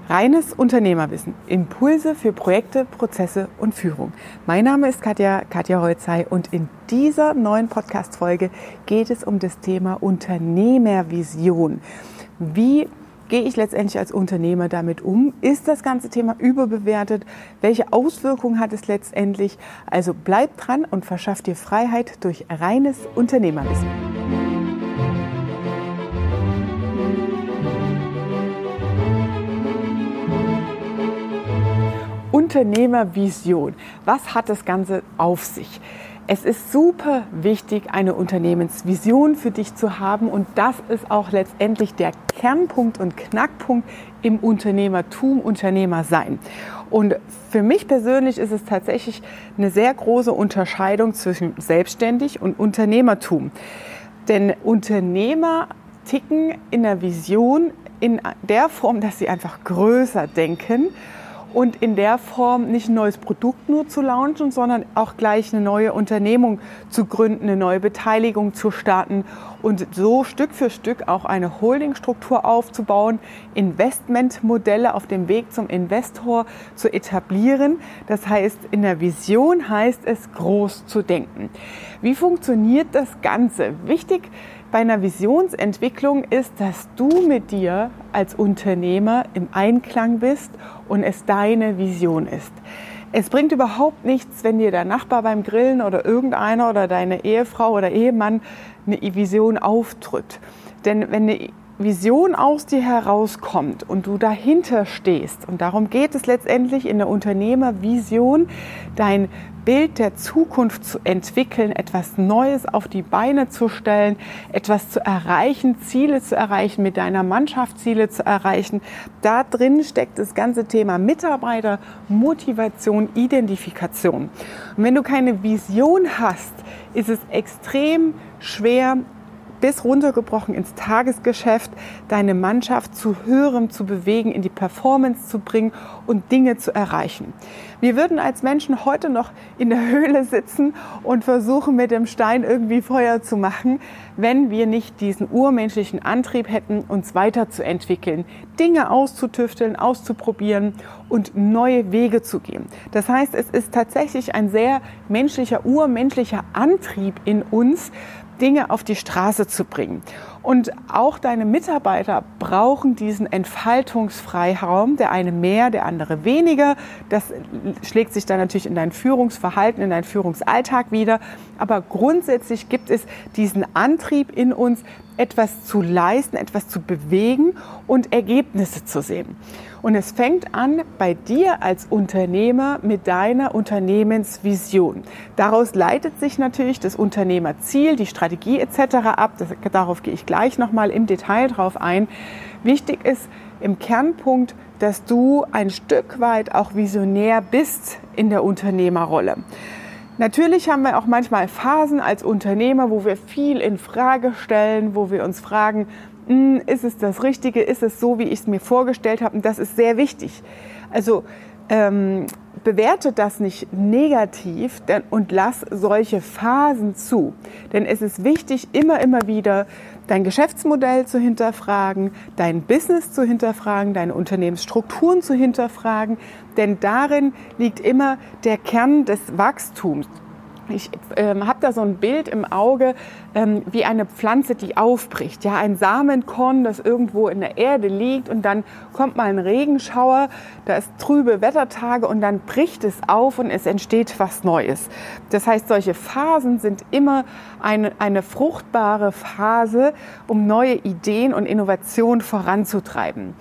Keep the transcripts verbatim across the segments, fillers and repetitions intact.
Reines Unternehmerwissen. Impulse für Projekte, Prozesse und Führung. Mein Name ist Katja, Katja Holzhey und in dieser neuen Podcast-Folge geht es um das Thema Unternehmervision. Wie gehe ich letztendlich als Unternehmer damit um? Ist das ganze Thema überbewertet? Welche Auswirkungen hat es letztendlich? Also bleib dran und verschaff dir Freiheit durch reines Unternehmerwissen. Unternehmervision. Was hat das Ganze auf sich? Es ist super wichtig, eine Unternehmensvision für dich zu haben und das ist auch letztendlich der Kernpunkt und Knackpunkt im Unternehmertum, Unternehmersein. Und für mich persönlich ist es tatsächlich eine sehr große Unterscheidung zwischen Selbstständig und Unternehmertum. Denn Unternehmer ticken in der Vision in der Form, dass sie einfach größer denken und in der Form nicht ein neues Produkt nur zu launchen, sondern auch gleich eine neue Unternehmung zu gründen, eine neue Beteiligung zu starten und so Stück für Stück auch eine Holdingstruktur aufzubauen, Investmentmodelle auf dem Weg zum Investor zu etablieren. Das heißt, in der Vision heißt es, groß zu denken. Wie funktioniert das Ganze? Wichtig bei einer Visionsentwicklung ist, dass du mit dir als Unternehmer im Einklang bist und es deine Vision ist. Es bringt überhaupt nichts, wenn dir der Nachbar beim Grillen oder irgendeiner oder deine Ehefrau oder Ehemann eine Vision aufdrückt. Denn wenn eine Vision aus dir herauskommt und du dahinter stehst, und darum geht es letztendlich in der Unternehmervision, dein Bild der Zukunft zu entwickeln, etwas Neues auf die Beine zu stellen, etwas zu erreichen, Ziele zu erreichen, mit deiner Mannschaft Ziele zu erreichen. Da drin steckt das ganze Thema Mitarbeiter, Motivation, Identifikation. Und wenn du keine Vision hast, ist es extrem schwer, bis runtergebrochen ins Tagesgeschäft, deine Mannschaft zu hören, zu bewegen, in die Performance zu bringen und Dinge zu erreichen. Wir würden als Menschen heute noch in der Höhle sitzen und versuchen, mit dem Stein irgendwie Feuer zu machen, wenn wir nicht diesen urmenschlichen Antrieb hätten, uns weiterzuentwickeln, Dinge auszutüfteln, auszuprobieren und neue Wege zu gehen. Das heißt, es ist tatsächlich ein sehr menschlicher, urmenschlicher Antrieb in uns, Dinge auf die Straße zu bringen. Und auch deine Mitarbeiter brauchen diesen Entfaltungsfreiraum, der eine mehr, der andere weniger. Das schlägt sich dann natürlich in dein Führungsverhalten, in deinen Führungsalltag wieder. Aber grundsätzlich gibt es diesen Antrieb in uns, etwas zu leisten, etwas zu bewegen und Ergebnisse zu sehen. Und es fängt an bei dir als Unternehmer mit deiner Unternehmensvision. Daraus leitet sich natürlich das Unternehmerziel, die Strategie et cetera ab. Das, darauf gehe ich gleich nochmal im Detail drauf ein. Wichtig ist im Kernpunkt, dass du ein Stück weit auch visionär bist in der Unternehmerrolle. Natürlich haben wir auch manchmal Phasen als Unternehmer, wo wir viel in Frage stellen, wo wir uns fragen, ist es das Richtige, ist es so, wie ich es mir vorgestellt habe? Und das ist sehr wichtig. Also ähm, bewerte das nicht negativ denn, und lass solche Phasen zu. Denn es ist wichtig, immer, immer wieder dein Geschäftsmodell zu hinterfragen, dein Business zu hinterfragen, deine Unternehmensstrukturen zu hinterfragen. Denn darin liegt immer der Kern des Wachstums. Ich ähm, habe da so ein Bild im Auge, ähm, wie eine Pflanze, die aufbricht. Ja, ein Samenkorn, das irgendwo in der Erde liegt und dann kommt mal ein Regenschauer, da ist trübe Wettertage und dann bricht es auf und es entsteht was Neues. Das heißt, solche Phasen sind immer eine, eine fruchtbare Phase, um neue Ideen und Innovationen voranzutreiben.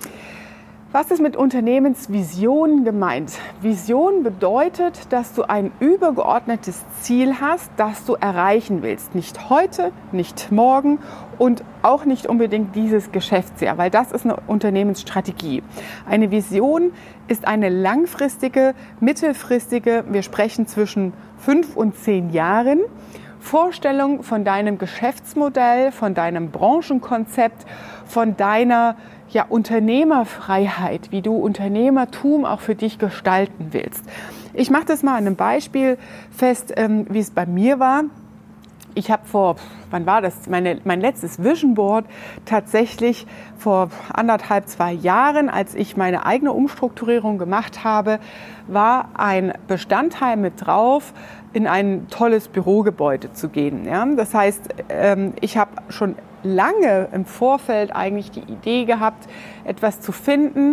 Was ist mit Unternehmensvision gemeint? Vision bedeutet, dass du ein übergeordnetes Ziel hast, das du erreichen willst. Nicht heute, nicht morgen und auch nicht unbedingt dieses Geschäftsjahr, weil das ist eine Unternehmensstrategie. Eine Vision ist eine langfristige, mittelfristige, wir sprechen zwischen fünf und zehn Jahren, Vorstellung von deinem Geschäftsmodell, von deinem Branchenkonzept, von deiner ja, Unternehmerfreiheit, wie du Unternehmertum auch für dich gestalten willst. Ich mache das mal an einem Beispiel fest, ähm, wie es bei mir war. Ich habe vor, wann war das, Meine, mein letztes Vision Board tatsächlich vor anderthalb, zwei Jahren, als ich meine eigene Umstrukturierung gemacht habe, war ein Bestandteil mit drauf, in ein tolles Bürogebäude zu gehen. Ja? Das heißt, ich habe schon lange im Vorfeld eigentlich die Idee gehabt, etwas zu finden,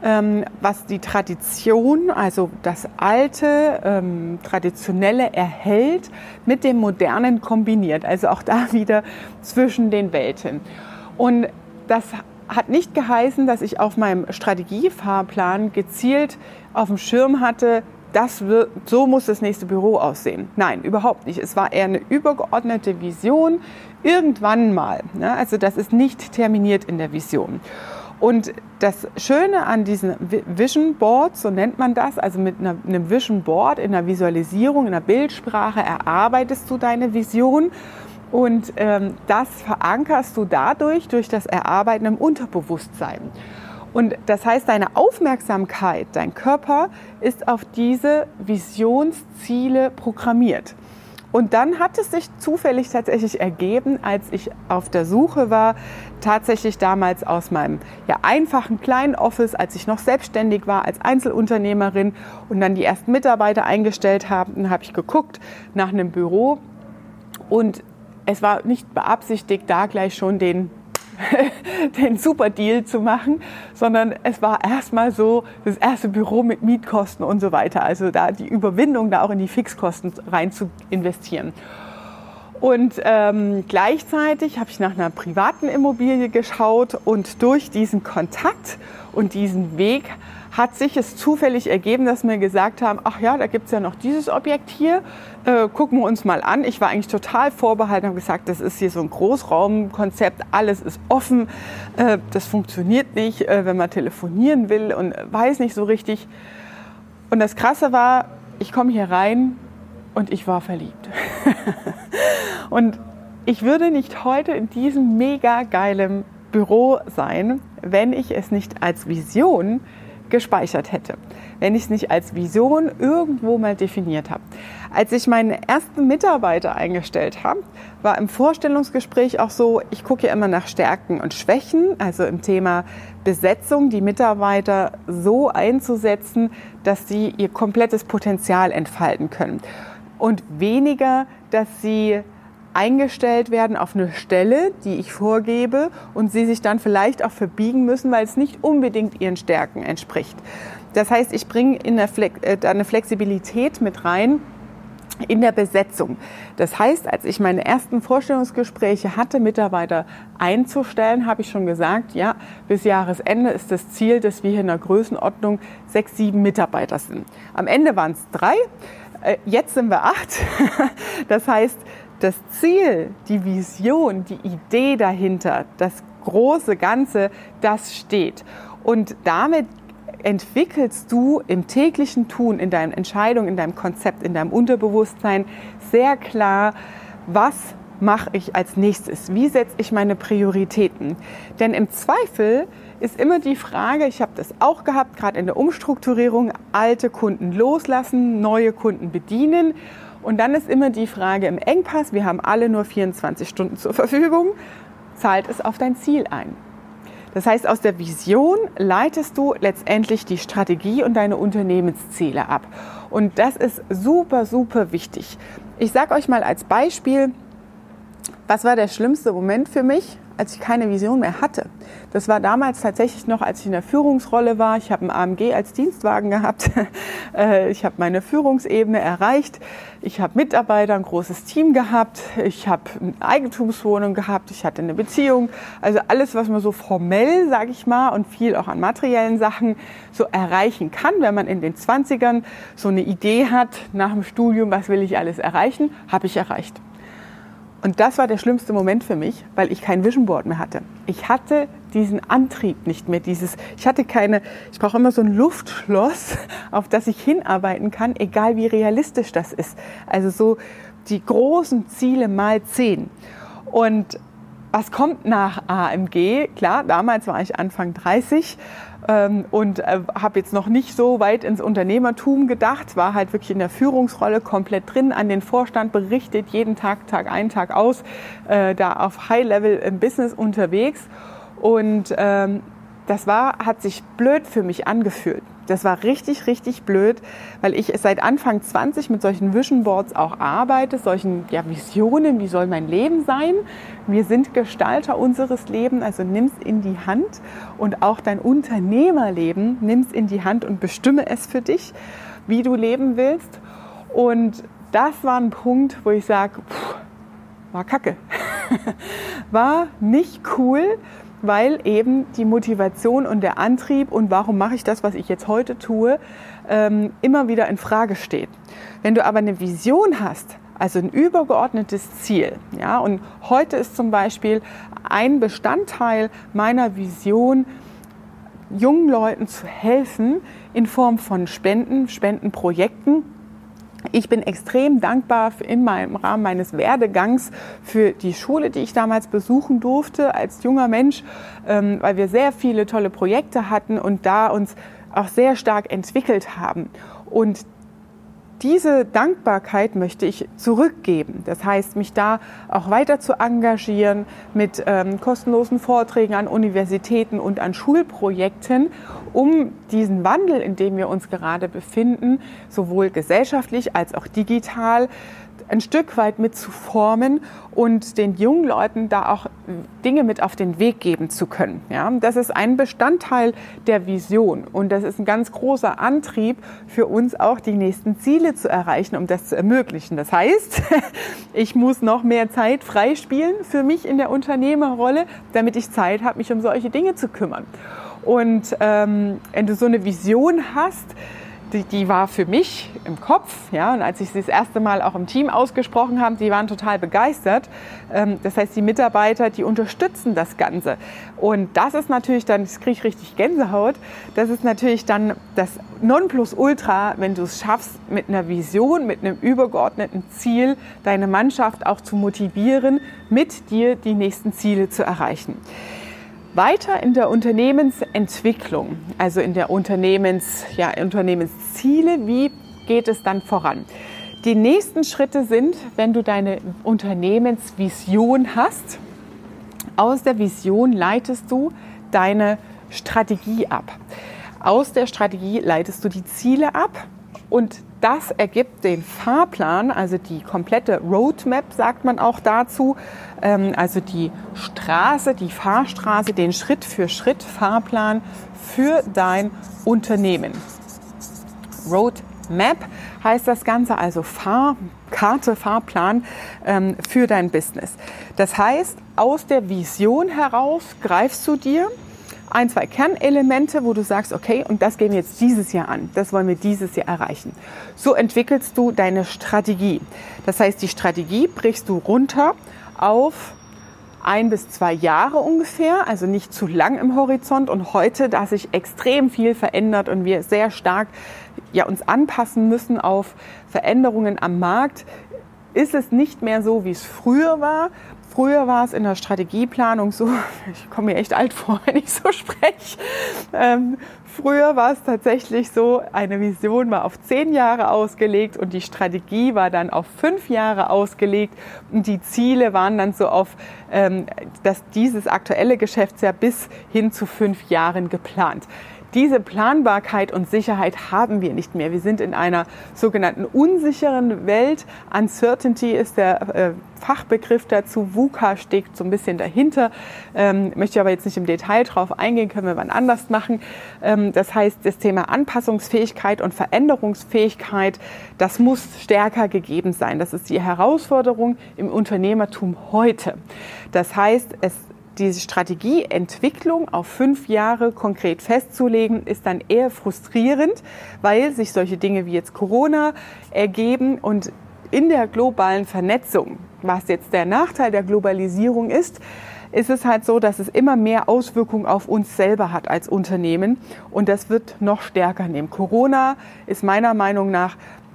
was die Tradition, also das alte, ähm, traditionelle erhält, mit dem Modernen kombiniert. Also auch da wieder zwischen den Welten. Und das hat nicht geheißen, dass ich auf meinem Strategiefahrplan gezielt auf dem Schirm hatte, das wird, so muss das nächste Büro aussehen. Nein, überhaupt nicht. Es war eher eine übergeordnete Vision, irgendwann mal. Ne? Also das ist nicht terminiert in der Vision. Und das Schöne an diesen Vision Boards, so nennt man das, also mit einer, einem Vision Board, in einer Visualisierung, in einer Bildsprache erarbeitest du deine Vision und ähm, das verankerst du dadurch, durch das Erarbeiten im Unterbewusstsein. Und das heißt, deine Aufmerksamkeit, dein Körper ist auf diese Visionsziele programmiert. Und dann hat es sich zufällig tatsächlich ergeben, als ich auf der Suche war, tatsächlich damals aus meinem ja, einfachen kleinen Office, als ich noch selbstständig war als Einzelunternehmerin und dann die ersten Mitarbeiter eingestellt habe, dann habe ich geguckt nach einem Büro und es war nicht beabsichtigt, da gleich schon den den super Deal zu machen, sondern es war erstmal so das erste Büro mit Mietkosten und so weiter. Also da die Überwindung, da auch in die Fixkosten rein zu investieren. Und ähm, gleichzeitig habe ich nach einer privaten Immobilie geschaut und durch diesen Kontakt und diesen Weg hat sich es zufällig ergeben, dass wir gesagt haben, ach ja, da gibt es ja noch dieses Objekt hier, äh, gucken wir uns mal an. Ich war eigentlich total vorbehalten, habe gesagt, das ist hier so ein Großraumkonzept, alles ist offen, äh, das funktioniert nicht, äh, wenn man telefonieren will und weiß nicht so richtig. Und das Krasse war, ich komme hier rein und ich war verliebt. Und ich würde nicht heute in diesem mega geilen Büro sein, wenn ich es nicht als Vision gespeichert hätte, wenn ich es nicht als Vision irgendwo mal definiert habe. Als ich meinen ersten Mitarbeiter eingestellt habe, war im Vorstellungsgespräch auch so, ich gucke ja immer nach Stärken und Schwächen, also im Thema Besetzung, die Mitarbeiter so einzusetzen, dass sie ihr komplettes Potenzial entfalten können. Und weniger, dass sie eingestellt werden auf eine Stelle, die ich vorgebe und sie sich dann vielleicht auch verbiegen müssen, weil es nicht unbedingt ihren Stärken entspricht. Das heißt, ich bringe in der Flex- äh, eine Flexibilität mit rein in der Besetzung. Das heißt, als ich meine ersten Vorstellungsgespräche hatte, Mitarbeiter einzustellen, habe ich schon gesagt, ja, bis Jahresende ist das Ziel, dass wir hier in der Größenordnung sechs, sieben Mitarbeiter sind. Am Ende waren es drei, äh, jetzt sind wir acht. Das heißt, das Ziel, die Vision, die Idee dahinter, das große Ganze, das steht. Und damit entwickelst du im täglichen Tun, in deinen Entscheidungen, in deinem Konzept, in deinem Unterbewusstsein sehr klar, was mache ich als nächstes? Wie setze ich meine Prioritäten? Denn im Zweifel ist immer die Frage, ich habe das auch gehabt, gerade in der Umstrukturierung, alte Kunden loslassen, neue Kunden bedienen. Und dann ist immer die Frage im Engpass, wir haben alle nur vierundzwanzig Stunden zur Verfügung, zahlt es auf dein Ziel ein. Das heißt, aus der Vision leitest du letztendlich die Strategie und deine Unternehmensziele ab. Und das ist super, super wichtig. Ich sage euch mal als Beispiel, was war der schlimmste Moment für mich, als ich keine Vision mehr hatte. Das war damals tatsächlich noch, als ich in der Führungsrolle war. Ich habe einen A M G als Dienstwagen gehabt. Ich habe meine Führungsebene erreicht. Ich habe Mitarbeiter, ein großes Team gehabt. Ich habe eine Eigentumswohnung gehabt. Ich hatte eine Beziehung. Also alles, was man so formell, sage ich mal, und viel auch an materiellen Sachen so erreichen kann, wenn man in den zwanzigern so eine Idee hat, nach dem Studium, was will ich alles erreichen, habe ich erreicht. Und das war der schlimmste Moment für mich, weil ich kein Vision Board mehr hatte. Ich hatte diesen Antrieb nicht mehr, dieses, ich hatte keine, ich brauche immer so ein Luftschloss, auf das ich hinarbeiten kann, egal wie realistisch das ist. Also so die großen Ziele mal zehn. Und was kommt nach A M G? Klar, damals war ich Anfang dreißig ähm, und äh, habe jetzt noch nicht so weit ins Unternehmertum gedacht, war halt wirklich in der Führungsrolle komplett drin, an den Vorstand berichtet, jeden Tag, Tag ein, Tag aus, äh, da auf High-Level im Business unterwegs. Und ähm, das war, hat sich blöd für mich angefühlt. Das war richtig, richtig blöd, weil ich seit Anfang zwanzig mit solchen Vision Boards auch arbeite, solchen ja, Visionen, wie soll mein Leben sein? Wir sind Gestalter unseres Lebens, also nimm es in die Hand und auch dein Unternehmerleben nimm es in die Hand und bestimme es für dich, wie du leben willst. Und das war ein Punkt, wo ich sage, war kacke, war nicht cool, weil eben die Motivation und der Antrieb und warum mache ich das, was ich jetzt heute tue, ähm, immer wieder in Frage steht. Wenn du aber eine Vision hast, also ein übergeordnetes Ziel, ja, und heute ist zum Beispiel ein Bestandteil meiner Vision, jungen Leuten zu helfen in Form von Spenden, Spendenprojekten. Ich bin extrem dankbar in meinem Rahmen meines Werdegangs für die Schule, die ich damals besuchen durfte als junger Mensch, weil wir sehr viele tolle Projekte hatten und da uns auch sehr stark entwickelt haben. Und diese Dankbarkeit möchte ich zurückgeben. Das heißt, mich da auch weiter zu engagieren mit ähm, kostenlosen Vorträgen an Universitäten und an Schulprojekten, um diesen Wandel, in dem wir uns gerade befinden, sowohl gesellschaftlich als auch digital, ein Stück weit mit zu formen und den jungen Leuten da auch Dinge mit auf den Weg geben zu können. Ja, das ist ein Bestandteil der Vision und das ist ein ganz großer Antrieb für uns auch, die nächsten Ziele zu erreichen, um das zu ermöglichen. Das heißt, ich muss noch mehr Zeit freispielen für mich in der Unternehmerrolle, damit ich Zeit habe, mich um solche Dinge zu kümmern. Und ähm, wenn du so eine Vision hast, Die, die war für mich im Kopf, ja, und als ich sie das erste Mal auch im Team ausgesprochen habe, die waren total begeistert. Ähm, das heißt, die Mitarbeiter, die unterstützen das Ganze. Und das ist natürlich dann, das kriege ich richtig Gänsehaut, das ist natürlich dann das Nonplusultra, wenn du es schaffst, mit einer Vision, mit einem übergeordneten Ziel, deine Mannschaft auch zu motivieren, mit dir die nächsten Ziele zu erreichen. Weiter in der Unternehmensentwicklung, also in der Unternehmens, ja, Unternehmensziele, wie geht es dann voran? Die nächsten Schritte sind, wenn du deine Unternehmensvision hast, aus der Vision leitest du deine Strategie ab. Aus der Strategie leitest du die Ziele ab und das ergibt den Fahrplan, also die komplette Roadmap, sagt man auch dazu, also die Straße, die Fahrstraße, den Schritt-für-Schritt-Fahrplan für dein Unternehmen. Roadmap heißt das Ganze, also Fahrkarte, Fahrplan für dein Business. Das heißt, aus der Vision heraus greifst du dir ein, zwei Kernelemente, wo du sagst, okay, und das gehen wir jetzt dieses Jahr an, das wollen wir dieses Jahr erreichen. So entwickelst du deine Strategie. Das heißt, die Strategie brichst du runter auf ein bis zwei Jahre ungefähr, also nicht zu lang im Horizont. Und heute, da sich extrem viel verändert und wir sehr stark ja, uns anpassen müssen auf Veränderungen am Markt, ist es nicht mehr so, wie es früher war. Früher war es in der Strategieplanung so, ich komme mir echt alt vor, wenn ich so spreche. Ähm, früher war es tatsächlich so, eine Vision war auf zehn Jahre ausgelegt und die Strategie war dann auf fünf Jahre ausgelegt und die Ziele waren dann so auf ähm, dass dieses aktuelle Geschäftsjahr bis hin zu fünf Jahren geplant. Diese Planbarkeit und Sicherheit haben wir nicht mehr. Wir sind in einer sogenannten unsicheren Welt. Uncertainty ist der äh, Fachbegriff dazu. VUCA steckt so ein bisschen dahinter. Ähm, möchte aber jetzt nicht im Detail drauf eingehen, können wir wann anders machen. Ähm, das heißt, das Thema Anpassungsfähigkeit und Veränderungsfähigkeit, das muss stärker gegeben sein. Das ist die Herausforderung im Unternehmertum heute. Das heißt, es diese Strategieentwicklung auf fünf Jahre konkret festzulegen, ist dann eher frustrierend, weil sich solche Dinge wie jetzt Corona ergeben und in der globalen Vernetzung, was jetzt der Nachteil der Globalisierung ist, ist es halt so, dass es immer mehr Auswirkungen auf uns selber hat als Unternehmen und das wird noch stärker nehmen. Corona ist meiner Meinung nach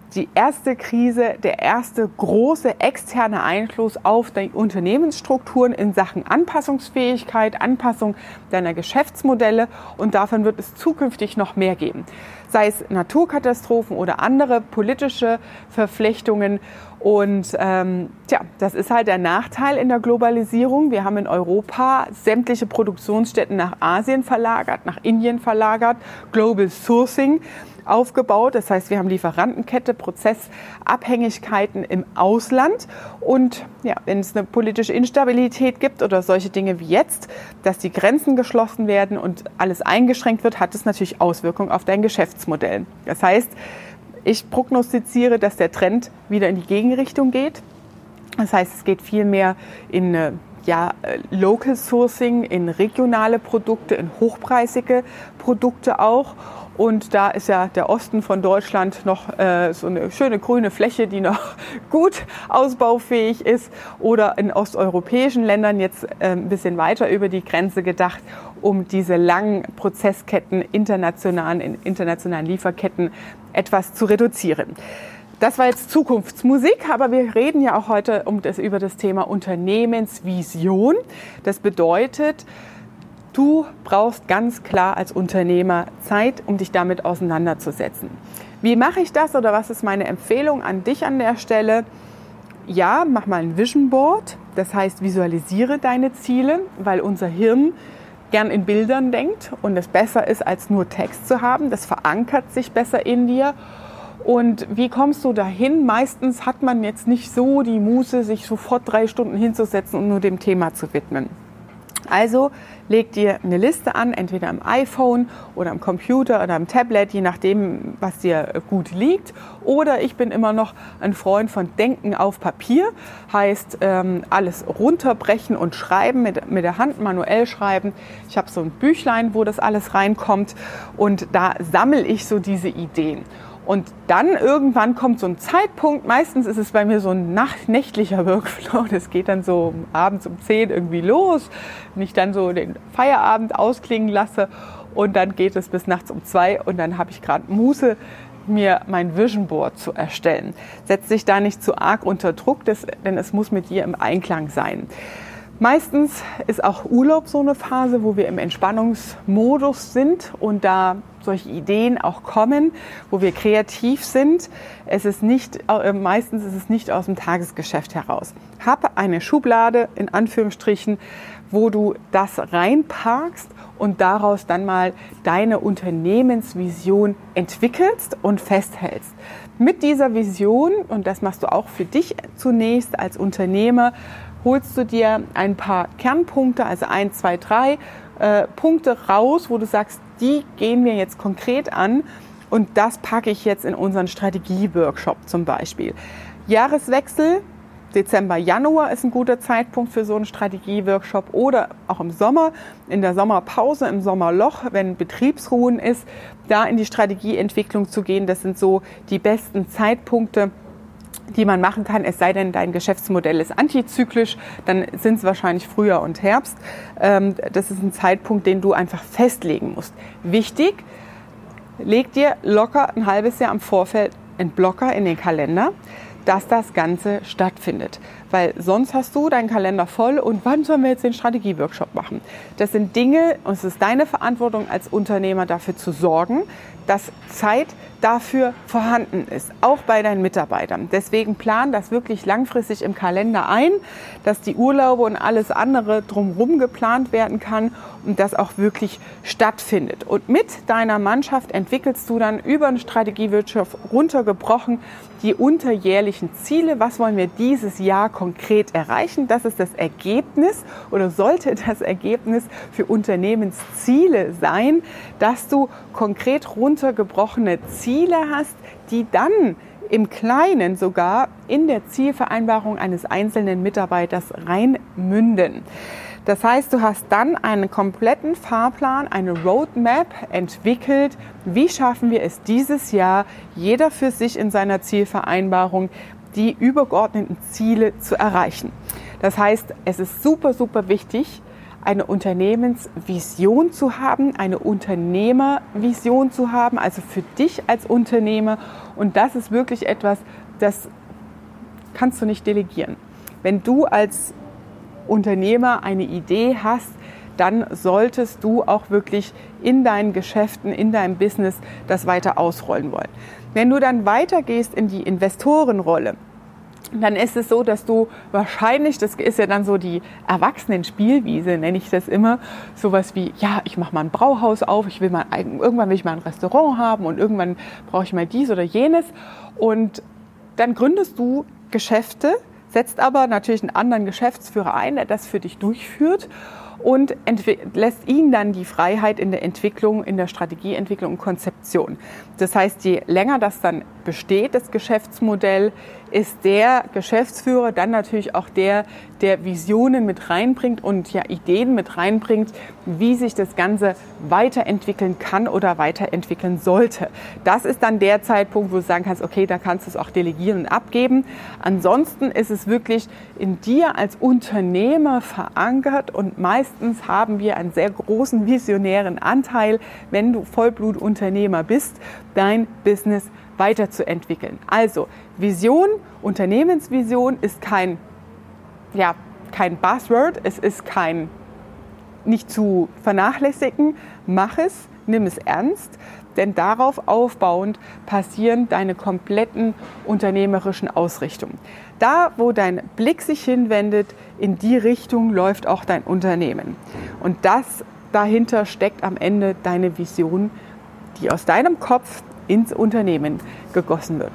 die erste Krise, der erste große externe Einfluss auf die Unternehmensstrukturen in Sachen Anpassungsfähigkeit, Anpassung deiner Geschäftsmodelle, und davon wird es zukünftig noch mehr geben. Sei es Naturkatastrophen oder andere politische Verflechtungen. Und ähm, tja, das ist halt der Nachteil in der Globalisierung. Wir haben in Europa sämtliche Produktionsstätten nach Asien verlagert, nach Indien verlagert, Global Sourcing aufgebaut. Das heißt, wir haben Lieferantenkette, Prozessabhängigkeiten im Ausland. Und ja, wenn es eine politische Instabilität gibt oder solche Dinge wie jetzt, dass die Grenzen geschlossen werden und alles eingeschränkt wird, hat es natürlich Auswirkungen auf dein Geschäftsmodell. Das heißt, ich prognostiziere, dass der Trend wieder in die Gegenrichtung geht. Das heißt, es geht viel mehr in ja, Local Sourcing, in regionale Produkte, in hochpreisige Produkte auch. Und da ist ja der Osten von Deutschland noch äh, so eine schöne grüne Fläche, die noch gut ausbaufähig ist. Oder in osteuropäischen Ländern jetzt äh, ein bisschen weiter über die Grenze gedacht, um diese langen Prozessketten, internationalen, in internationalen Lieferketten etwas zu reduzieren. Das war jetzt Zukunftsmusik, aber wir reden ja auch heute um das, über das Thema Unternehmensvision. Das bedeutet, du brauchst ganz klar als Unternehmer Zeit, um dich damit auseinanderzusetzen. Wie mache ich das oder was ist meine Empfehlung an dich an der Stelle? Ja, mach mal ein Vision Board, das heißt visualisiere deine Ziele, weil unser Hirn gern in Bildern denkt und es besser ist, als nur Text zu haben. Das verankert sich besser in dir. Und wie kommst du dahin? Meistens hat man jetzt nicht so die Muße, sich sofort drei Stunden hinzusetzen und nur dem Thema zu widmen. Also leg dir eine Liste an, entweder am iPhone oder am Computer oder am Tablet, je nachdem, was dir gut liegt. Oder ich bin immer noch ein Freund von Denken auf Papier, heißt ähm, alles runterbrechen und schreiben, mit, mit der Hand manuell schreiben. Ich habe so ein Büchlein, wo das alles reinkommt, und da sammle ich so diese Ideen. Und dann irgendwann kommt so ein Zeitpunkt, meistens ist es bei mir so ein nächtlicher Workflow, das geht dann so abends um zehn irgendwie los, wenn ich dann so den Feierabend ausklingen lasse, und dann geht es bis nachts um zwei, und dann habe ich gerade Muße, mir mein Vision Board zu erstellen. Setz dich da nicht zu arg unter Druck, das, denn es muss mit dir im Einklang sein. Meistens ist auch Urlaub so eine Phase, wo wir im Entspannungsmodus sind und da solche Ideen auch kommen, wo wir kreativ sind. Es ist nicht, äh, meistens ist es nicht aus dem Tagesgeschäft heraus. Hab eine Schublade, in Anführungsstrichen, wo du das reinparkst und daraus dann mal deine Unternehmensvision entwickelst und festhältst. Mit dieser Vision, und das machst du auch für dich zunächst als Unternehmer, holst du dir ein paar Kernpunkte, also ein, zwei, drei äh, Punkte raus, wo du sagst, die gehen wir jetzt konkret an, und das packe ich jetzt in unseren Strategie-Workshop zum Beispiel. Jahreswechsel, Dezember, Januar ist ein guter Zeitpunkt für so einen Strategie-Workshop, oder auch im Sommer, in der Sommerpause, im Sommerloch, wenn Betriebsruhen ist, da in die Strategieentwicklung zu gehen. Das sind so die besten Zeitpunkte, die man machen kann, es sei denn, dein Geschäftsmodell ist antizyklisch, dann sind es wahrscheinlich Frühjahr und Herbst. Das ist ein Zeitpunkt, den du einfach festlegen musst. Wichtig, leg dir locker ein halbes Jahr im Vorfeld einen Blocker in den Kalender, dass das Ganze stattfindet. Weil sonst hast du deinen Kalender voll, und wann sollen wir jetzt den Strategie-Workshop machen? Das sind Dinge, und es ist deine Verantwortung als Unternehmer, dafür zu sorgen, dass Zeit dafür vorhanden ist, auch bei deinen Mitarbeitern. Deswegen plan das wirklich langfristig im Kalender ein, dass die Urlaube und alles andere drumherum geplant werden kann und das auch wirklich stattfindet. Und mit deiner Mannschaft entwickelst du dann über eine Strategiewirtschaft runtergebrochen die unterjährlichen Ziele. Was wollen wir dieses Jahr konkret erreichen? Das ist das Ergebnis oder sollte das Ergebnis für Unternehmensziele sein, dass du konkret runtergebrochene Ziele hast, die dann im Kleinen sogar in der Zielvereinbarung eines einzelnen Mitarbeiters reinmünden. Das heißt, du hast dann einen kompletten Fahrplan, eine Roadmap entwickelt. Wie schaffen wir es dieses Jahr, jeder für sich in seiner Zielvereinbarung, die übergeordneten Ziele zu erreichen? Das heißt, es ist super, super wichtig, eine Unternehmensvision zu haben, eine Unternehmervision zu haben, also für dich als Unternehmer. Und das ist wirklich etwas, das kannst du nicht delegieren. Wenn du als Unternehmer eine Idee hast, dann solltest du auch wirklich in deinen Geschäften, in deinem Business das weiter ausrollen wollen. Wenn du dann weitergehst in die Investorenrolle, dann ist es so, dass du wahrscheinlich, das ist ja dann so die Erwachsenen-Spielwiese, nenne ich das immer, sowas wie, ja, ich mache mal ein Brauhaus auf, ich will mal, irgendwann will ich mal ein Restaurant haben und irgendwann brauche ich mal dies oder jenes. Und dann gründest du Geschäfte, setzt aber natürlich einen anderen Geschäftsführer ein, der das für dich durchführt und lässt ihn dann die Freiheit in der Entwicklung, in der Strategieentwicklung und Konzeption. Das heißt, je länger das dann besteht, das Geschäftsmodell, ist der Geschäftsführer dann natürlich auch der, der Visionen mit reinbringt und ja Ideen mit reinbringt, wie sich das Ganze weiterentwickeln kann oder weiterentwickeln sollte. Das ist dann der Zeitpunkt, wo du sagen kannst, okay, da kannst du es auch delegieren und abgeben. Ansonsten ist es wirklich in dir als Unternehmer verankert und meistens haben wir einen sehr großen visionären Anteil, wenn du Vollblutunternehmer bist, dein Business weiterzuentwickeln. Also Vision, Unternehmensvision ist kein, ja, kein Buzzword, es ist kein nicht zu vernachlässigen. Mach es, nimm es ernst, denn darauf aufbauend passieren deine kompletten unternehmerischen Ausrichtungen. Da, wo dein Blick sich hinwendet, in die Richtung läuft auch dein Unternehmen. Und das dahinter steckt am Ende deine Vision, die aus deinem Kopf ins Unternehmen gegossen wird.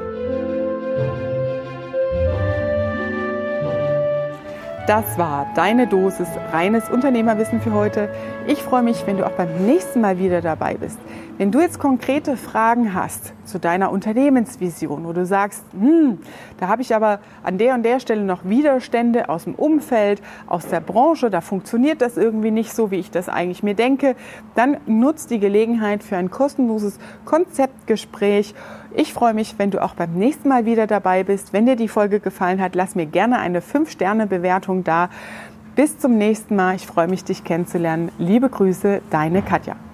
Das war deine Dosis reines Unternehmerwissen für heute. Ich freue mich, wenn du auch beim nächsten Mal wieder dabei bist. Wenn du jetzt konkrete Fragen hast zu deiner Unternehmensvision, wo du sagst, hm, da habe ich aber an der und der Stelle noch Widerstände aus dem Umfeld, aus der Branche, da funktioniert das irgendwie nicht so, wie ich das eigentlich mir denke, dann nutz die Gelegenheit für ein kostenloses Konzeptgespräch. Ich freue mich, wenn du auch beim nächsten Mal wieder dabei bist. Wenn dir die Folge gefallen hat, lass mir gerne eine fünf Sterne Bewertung da. Bis zum nächsten Mal. Ich freue mich, dich kennenzulernen. Liebe Grüße, deine Katja.